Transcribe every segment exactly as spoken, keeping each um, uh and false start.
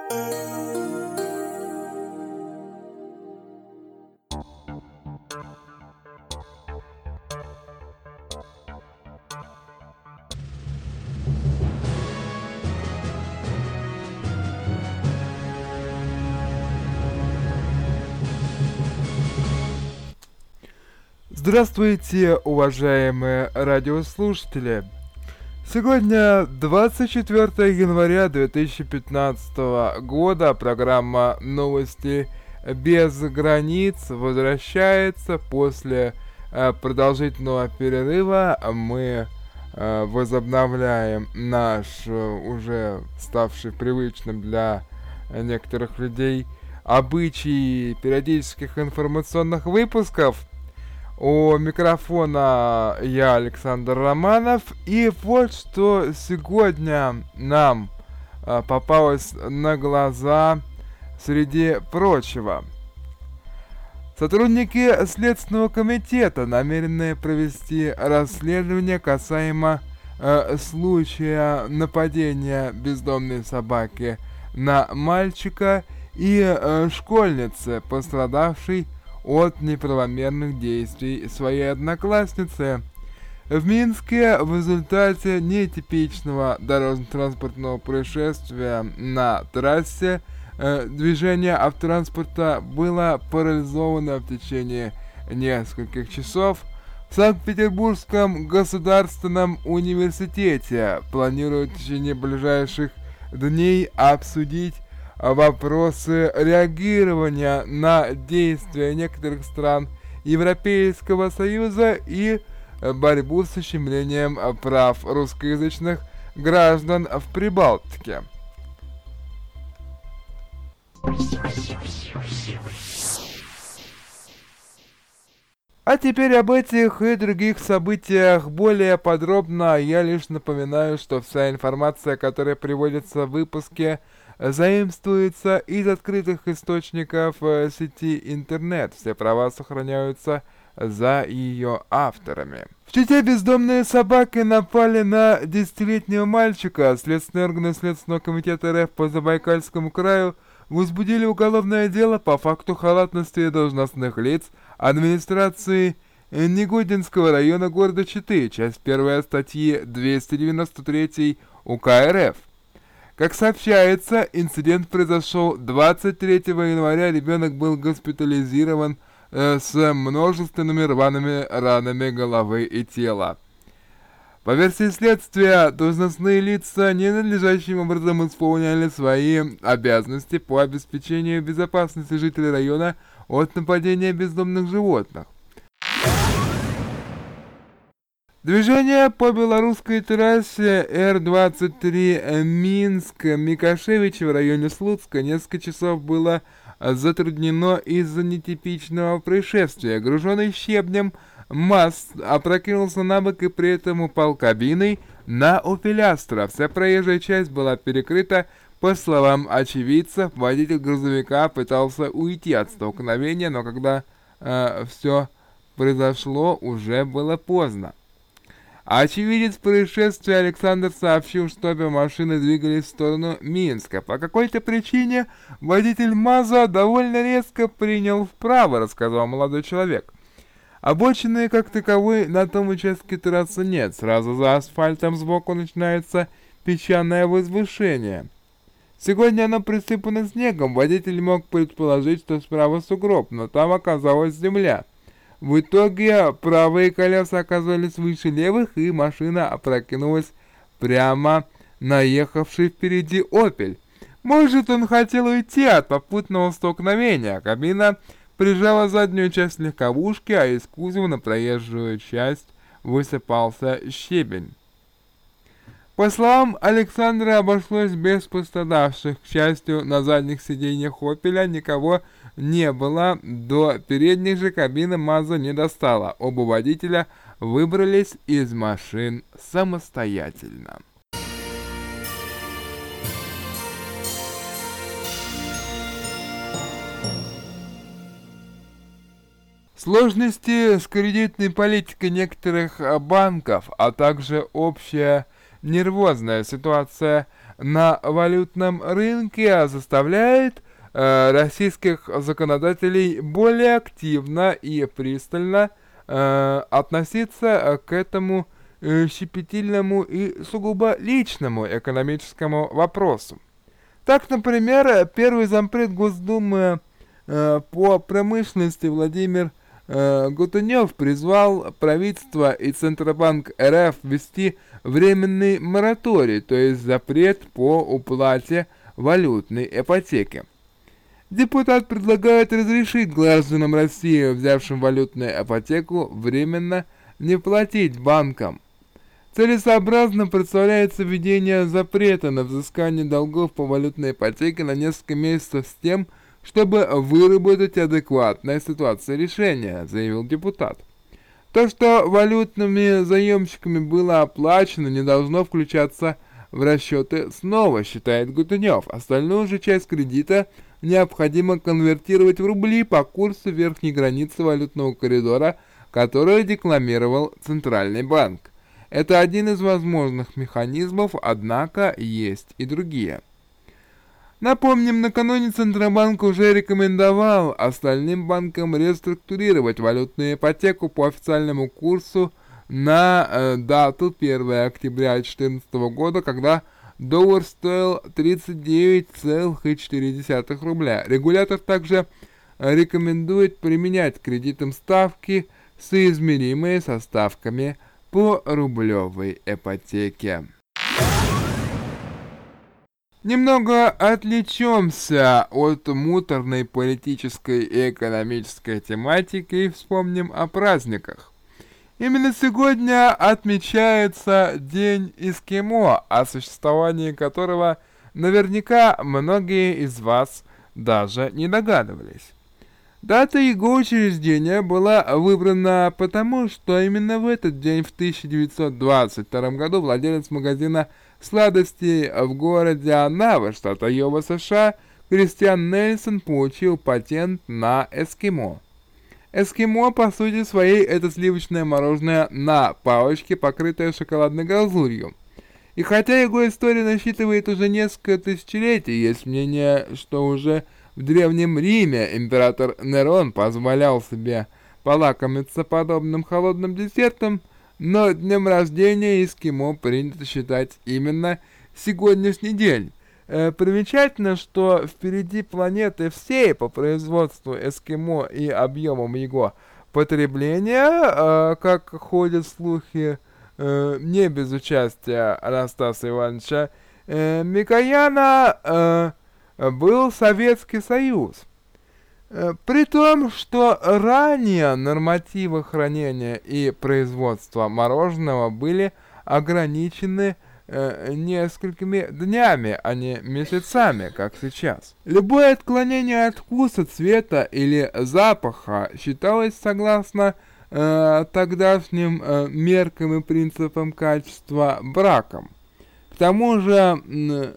Здравствуйте, уважаемые радиослушатели! Сегодня двадцать четвёртое января две тысячи пятнадцатого года. Программа «Новости без границ» возвращается после э, продолжительного перерыва. Мы э, возобновляем наш э, уже ставший привычным для некоторых людей обычай периодических информационных выпусков. У микрофона я, Александр Романов, и вот что сегодня нам а, попалось на глаза среди прочего. Сотрудники Следственного комитета намерены провести расследование касаемо э, случая нападения бездомной собаки на мальчика и э, школьницы, пострадавшей от неправомерных действий своей одноклассницы. В Минске в результате нетипичного дорожно-транспортного происшествия на трассе э, движение автотранспорта было парализовано в течение нескольких часов. В Санкт-Петербургском государственном университете планируют в течение ближайших дней обсудить вопросы реагирования на действия некоторых стран Европейского Союза и борьбу с ущемлением прав русскоязычных граждан в Прибалтике. А теперь об этих и других событиях более подробно. Я лишь напоминаю, что вся информация, которая приводится в выпуске, заимствуется из открытых источников э, сети интернет. Все права сохраняются за ее авторами. В Чите бездомные собаки напали на десятилетнего мальчика. Следственные органы Следственного комитета РФ по Забайкальскому краю возбудили уголовное дело по факту халатности должностных лиц администрации Негодинского района города Читы. Часть первая статьи двести девяносто три УК РФ. Как сообщается, инцидент произошел двадцать третьего января. Ребенок был госпитализирован э, с множественными рваными ранами головы и тела. По версии следствия, должностные лица ненадлежащим образом исполняли свои обязанности по обеспечению безопасности жителей района от нападения бездомных животных. Движение по белорусской трассе Р двадцать три Минск-Микошевичи в районе Слуцка несколько часов было затруднено из-за нетипичного происшествия. Груженный щебнем МАЗ опрокинулся на бок и при этом упал кабиной на Opel Astra. Вся проезжая часть была перекрыта. По словам очевидцев, водитель грузовика пытался уйти от столкновения, но когда э, все произошло, уже было поздно. Очевидец происшествия Александр сообщил, что обе машины двигались в сторону Минска. По какой-то причине водитель МАЗа довольно резко принял вправо, рассказал молодой человек. Обочины как таковой на том участке трассы нет. Сразу за асфальтом сбоку начинается песчаное возвышение. Сегодня оно присыпано снегом. Водитель мог предположить, что справа сугроб, но там оказалась земля. В итоге правые колеса оказались выше левых, и машина опрокинулась прямо на ехавший впереди «Опель». Может, он хотел уйти от попутного столкновения. Кабина прижала заднюю часть легковушки, а из кузова на проезжую часть высыпался щебень. По словам Александра, обошлось без пострадавших. К счастью, на задних сиденьях «Опеля» никого не было, до передней же кабины МАЗа не достала. Оба водителя выбрались из машин самостоятельно. Сложности с кредитной политикой некоторых банков, а также общая нервозная ситуация на валютном рынке заставляет э, российских законодателей более активно и пристально э, относиться к этому э, щепетильному и сугубо личному экономическому вопросу. Так, например, первый зампред Госдумы э, по промышленности Владимир э, Гутунев призвал правительство и Центробанк РФ ввести временный мораторий, то есть запрет по уплате валютной ипотеки. Депутат предлагает разрешить гражданам России, взявшим валютную ипотеку, временно не платить банкам. Целесообразно представляется введение запрета на взыскание долгов по валютной ипотеке на несколько месяцев с тем, чтобы выработать адекватная ситуация решения, заявил депутат. То, что валютными заемщиками было оплачено, не должно включаться в расчеты снова, считает Гутунев. Остальную же часть кредита необходимо конвертировать в рубли по курсу верхней границы валютного коридора, которую декламировал Центральный банк. Это один из возможных механизмов, однако есть и другие. Напомним, накануне Центробанк уже рекомендовал остальным банкам реструктурировать валютную ипотеку по официальному курсу на э, дату первого октября две тысячи четырнадцатого года, когда доллар стоил тридцать девять целых четыре десятых рубля. Регулятор также рекомендует применять кредитам ставки, соизмеримые со ставками по рублевой ипотеке. Немного отвлечемся от муторной политической и экономической тематики и вспомним о праздниках. Именно сегодня отмечается День эскимо, о существовании которого наверняка многие из вас даже не догадывались. Дата его учреждения была выбрана потому, что именно в этот день в тысяча девятьсот двадцать втором году владелец магазина сладостей в городе Анава, штат Айова, США, Кристиан Нельсон получил патент на эскимо. Эскимо, по сути своей, это сливочное мороженое на палочке, покрытое шоколадной глазурью. И хотя его история насчитывает уже несколько тысячелетий, есть мнение, что уже в Древнем Риме император Нерон позволял себе полакомиться подобным холодным десертом, но днем рождения эскимо принято считать именно сегодняшний день. Э, примечательно, что впереди планеты всей по производству эскимо и объемам его потребления, э, как ходят слухи, э, не без участия Анастаса Ивановича э, Микояна, э, был Советский Союз. При том, что ранее нормативы хранения и производства мороженого были ограничены э, несколькими днями, а не месяцами, как сейчас. Любое отклонение от вкуса, цвета или запаха считалось, согласно э, тогдашним э, меркам и принципам качества, браком. К тому же э,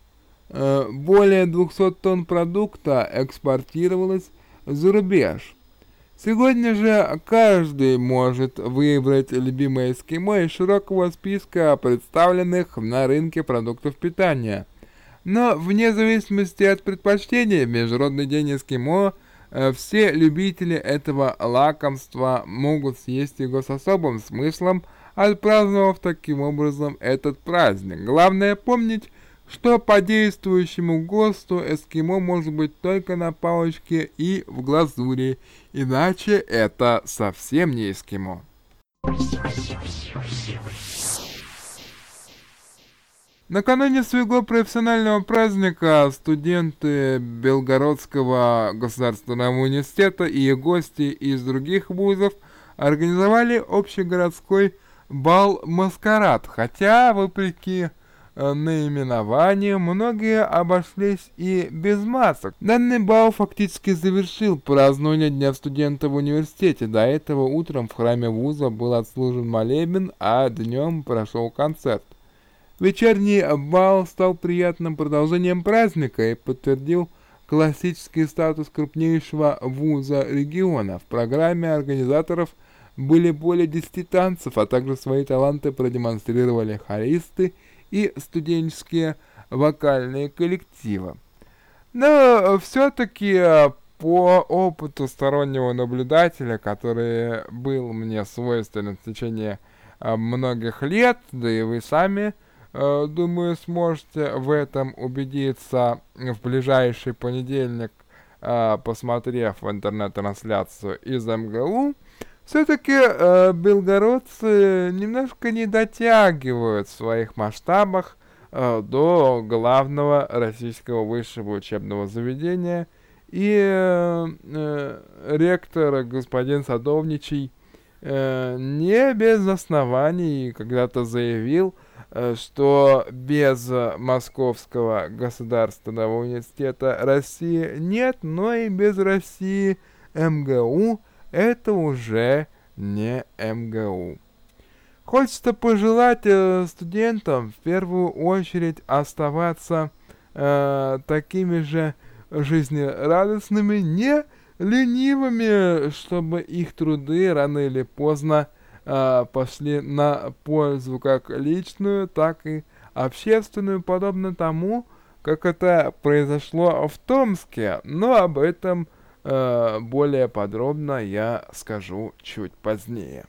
более двухсот тонн продукта экспортировалось за рубеж. Сегодня же каждый может выбрать любимое эскимо из широкого списка представленных на рынке продуктов питания. Но вне зависимости от предпочтений, в Международный день эскимо все любители этого лакомства могут съесть его с особым смыслом, отпраздновав таким образом этот праздник. Главное помнить, что по действующему ГОСТу эскимо может быть только на палочке и в глазури, иначе это совсем не эскимо. Накануне своего профессионального праздника студенты Белгородского государственного университета и гости из других вузов организовали общегородской бал-маскарад, хотя, вопреки наименованию, многие обошлись и без масок. Данный бал фактически завершил празднование Дня студента в университете. До этого утром в храме вуза был отслужен молебен, а днем прошел концерт. Вечерний бал стал приятным продолжением праздника и подтвердил классический статус крупнейшего вуза региона. В программе организаторов были более десяти танцев, а также свои таланты продемонстрировали хористы и студенческие вокальные коллективы. Но все-таки по опыту стороннего наблюдателя, который был мне свойственен в течение э, многих лет, да и вы сами, э, думаю, сможете в этом убедиться в ближайший понедельник, э, посмотрев в интернет-трансляцию из эм гэ у, все-таки э, белгородцы немножко не дотягивают в своих масштабах э, до главного российского высшего учебного заведения. И э, э, ректор господин Садовничий э, не без оснований когда-то заявил, э, что без Московского государственного университета России нет, но и без России эм гэ у это уже не эм гэ у. Хочется пожелать э, студентам в первую очередь оставаться э, такими же жизнерадостными, не ленивыми, чтобы их труды рано или поздно э, пошли на пользу как личную, так и общественную, подобно тому, как это произошло в Томске. Но об этом э, более подробно я скажу чуть позднее.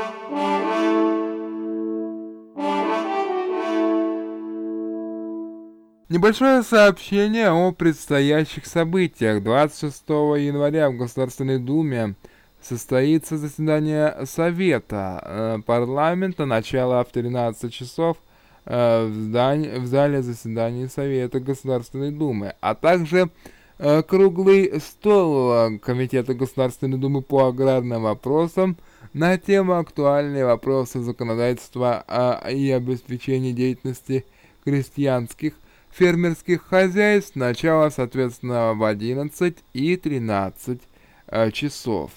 Небольшое сообщение о предстоящих событиях. двадцать шестого января в Государственной Думе состоится заседание Совета э, парламента, начало в тринадцать часов э, в, здании, в зале заседаний Совета Государственной Думы, а также э, круглый стол Комитета Государственной Думы по аграрным вопросам на тему актуальные вопросы законодательства э, и обеспечения деятельности крестьянских фермерских хозяйств, начало, соответственно, в одиннадцать и тринадцать э, часов.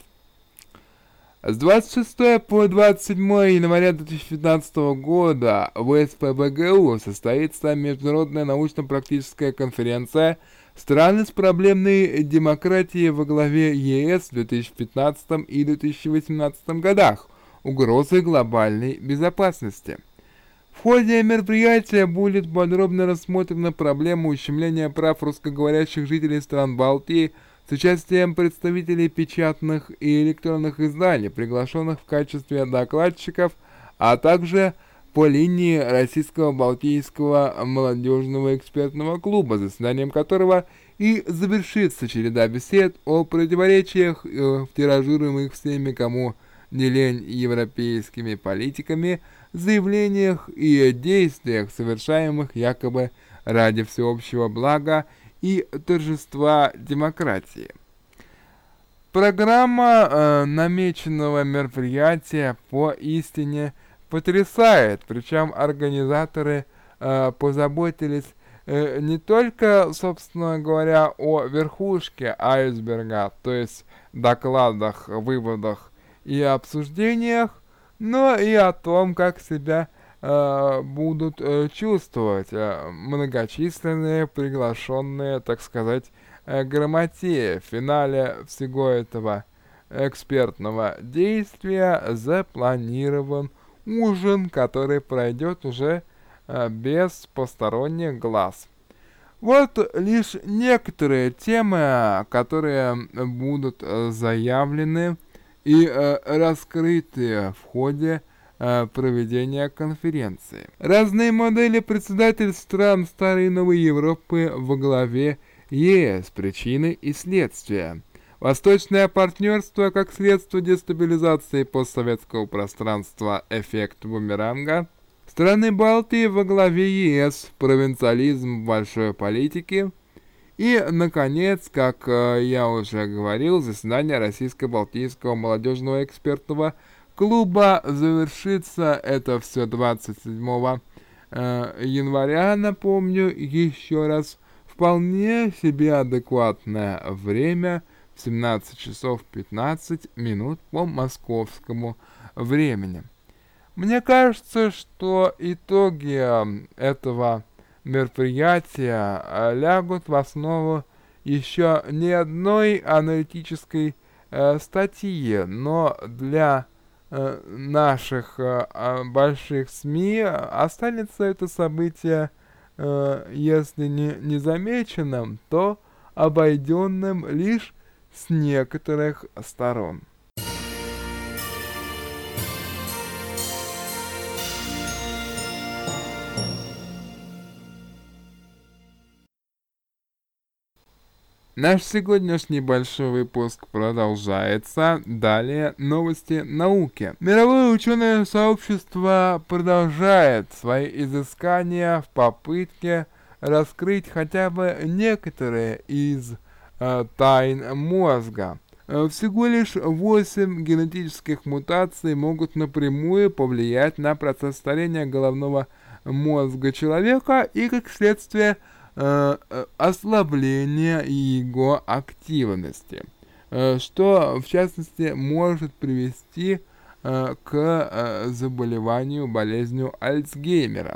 С двадцать шестого по двадцать седьмого января две тысячи пятнадцатого года в эс пэ бэ гэ у состоится международная научно-практическая конференция «Страны с проблемной демократией во главе е эс в две тысячи пятнадцатом и две тысячи восемнадцатом годах. Угрозы глобальной безопасности». В ходе мероприятия будет подробно рассмотрена проблема ущемления прав русскоговорящих жителей стран Балтии с участием представителей печатных и электронных изданий, приглашенных в качестве докладчиков, а также по линии Российского Балтийского молодежного экспертного клуба, заседанием которого и завершится череда бесед о противоречиях в тиражируемых всеми, кому не лень, европейскими политиками, заявлениях и действиях, совершаемых якобы ради всеобщего блага и торжества демократии. Программа э, намеченного мероприятия поистине потрясает, причем организаторы э, позаботились э, не только, собственно говоря, о верхушке айсберга, то есть докладах, выводах и обсуждениях, но и о том, как себя э, будут э, чувствовать э, многочисленные приглашенные, так сказать, э, грамотеи. В финале всего этого экспертного действия запланирован ужин, который пройдет уже э, без посторонних глаз. Вот лишь некоторые темы, которые будут э, заявлены и э, раскрытые в ходе э, проведения конференции. Разные модели председательств стран Старой и Новой Европы во главе е эс, причины и следствия. Восточное партнерство как средство дестабилизации постсоветского пространства, эффект бумеранга. Страны Балтии во главе е эс, провинциализм в большой политике. И, наконец, как э, я уже говорил, заседание Российско-Балтийского молодежного экспертного клуба завершится это все двадцать седьмого э, января, напомню, еще раз, вполне себе адекватное время в семнадцать часов пятнадцать минут по московскому времени. Мне кажется, что итоги этого мероприятия лягут в основу еще не одной аналитической э, статьи, но для э, наших э, а, больших СМИ останется это событие, э, если не незамеченным, то обойденным лишь с некоторых сторон. Наш сегодняшний большой выпуск продолжается. Далее новости науки. Мировое ученое сообщество продолжает свои изыскания в попытке раскрыть хотя бы некоторые из э, тайн мозга. Э, Всего лишь восемь генетических мутаций могут напрямую повлиять на процесс старения головного мозга человека и, как следствие, э, э, ослабления его активности, э, что в частности может привести э, к э, заболеванию болезнью Альцгеймера.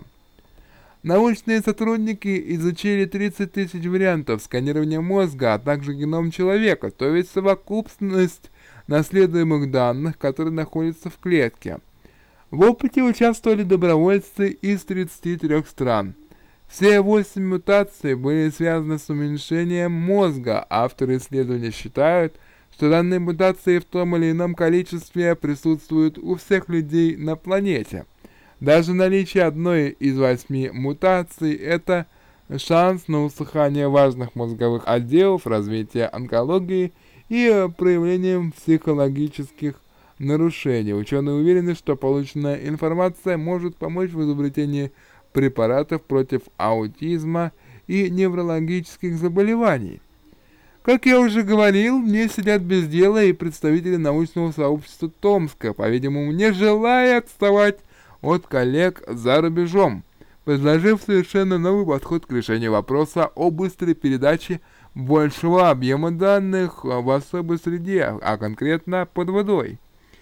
Научные сотрудники изучили тридцать тысяч вариантов сканирования мозга, а также геном человека, то есть совокупность наследуемых данных, которые находятся в клетке. В опыте участвовали добровольцы из тридцати трёх стран. Все восемь мутаций были связаны с уменьшением мозга. Авторы исследования считают, что данные мутации в том или ином количестве присутствуют у всех людей на планете. Даже наличие одной из восьми мутаций – это шанс на усыхание важных мозговых отделов, развитие онкологии и проявлением психологических нарушений. Ученые уверены, что полученная информация может помочь в изобретении препаратов против аутизма и неврологических заболеваний. Как я уже говорил, не сидят без дела и представители научного сообщества Томска, по-видимому, не желая отставать от коллег за рубежом, предложив совершенно новый подход к решению вопроса о быстрой передаче большего объема данных в особой среде, а конкретно под водой.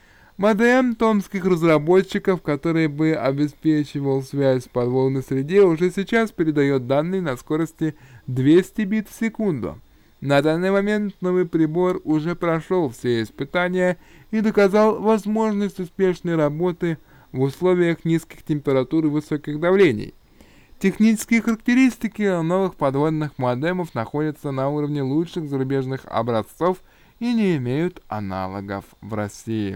Модем томских разработчиков, который бы обеспечивал связь в подводной среде, уже сейчас передает данные на скорости двести бит в секунду. На данный момент новый прибор уже прошел все испытания и доказал возможность успешной работы в условиях низких температур и высоких давлений. Технические характеристики новых подводных модемов находятся на уровне лучших зарубежных образцов и не имеют аналогов в России.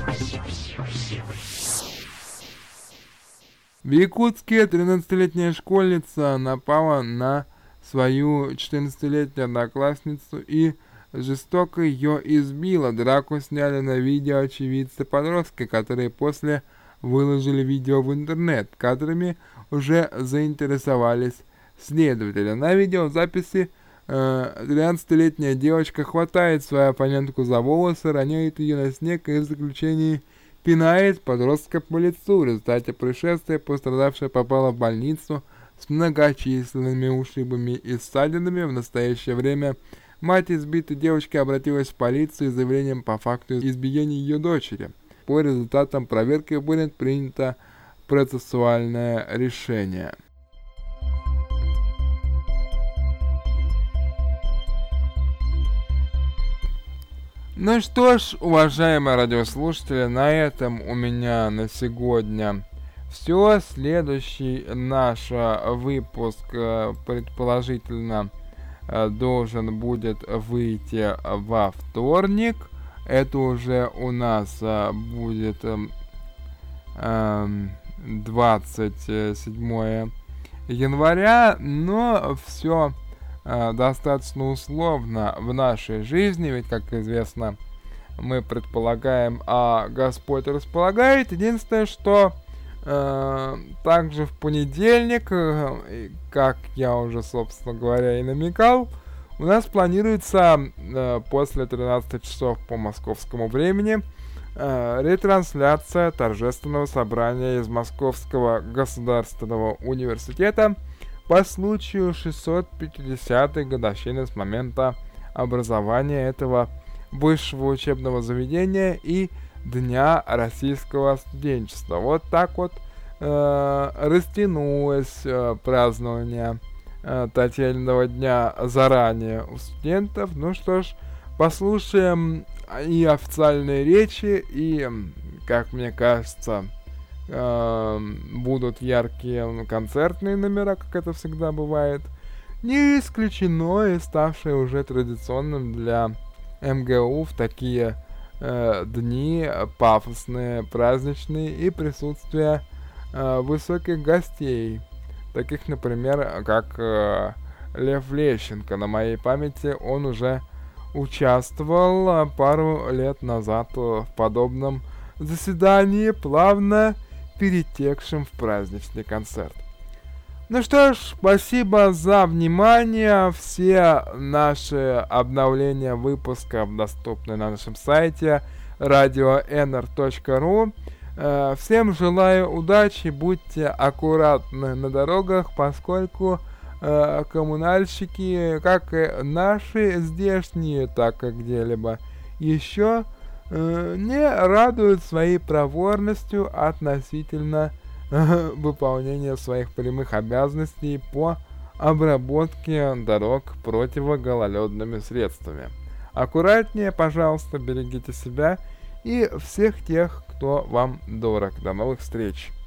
В Якутске тринадцатилетняя школьница напала на свою четырнадцатилетнюю одноклассницу и жестоко ее избила. Драку сняли на видео очевидцы-подростки, которые после выложили видео в интернет. Кадрами уже заинтересовались следователи. На видеозаписи тринадцатилетняя девочка хватает свою оппонентку за волосы, роняет ее на снег и в заключении пинает подростка по лицу. В результате происшествия пострадавшая попала в больницу с многочисленными ушибами и ссадинами. В настоящее время мать избитой девочки обратилась в полицию с заявлением по факту избиения ее дочери. По результатам проверки будет принято процессуальное решение. Ну что ж, уважаемые радиослушатели, на этом у меня на сегодня все. Следующий наш выпуск предположительно должен будет выйти во вторник. Это уже у нас будет двадцать седьмое января, но все достаточно условно в нашей жизни, ведь, как известно, мы предполагаем, а Господь располагает. Единственное, что э, также в понедельник, э, как я уже, собственно говоря, и намекал, у нас планируется э, после тринадцати часов по московскому времени э, ретрансляция торжественного собрания из Московского государственного университета по случаю шестьсот пятидесятой годовщины с момента образования этого высшего учебного заведения и Дня российского студенчества. Вот так вот э, растянулось э, празднование э, Татьяниного дня заранее у студентов. Ну что ж, послушаем и официальные речи, и, как мне кажется, э, будут яркие концертные номера, как это всегда бывает. Не исключено и ставшее уже традиционным для эм гэ у в такие э, дни пафосные, праздничные и присутствие э, высоких гостей, таких, например, как э, Лев Лещенко. На моей памяти он уже участвовал пару лет назад в подобном заседании, плавно перетекшем в праздничный концерт. Ну что ж, спасибо за внимание. Все наши обновления выпусков доступны на нашем сайте радио эн эр точка ру. Всем желаю удачи, будьте аккуратны на дорогах, поскольку э, коммунальщики, как и наши здешние, так и где-либо еще, э, не радуют своей проворностью относительно э, выполнения своих прямых обязанностей по обработке дорог противогололедными средствами. Аккуратнее, пожалуйста, берегите себя и всех тех, кто вам дорог. До новых встреч!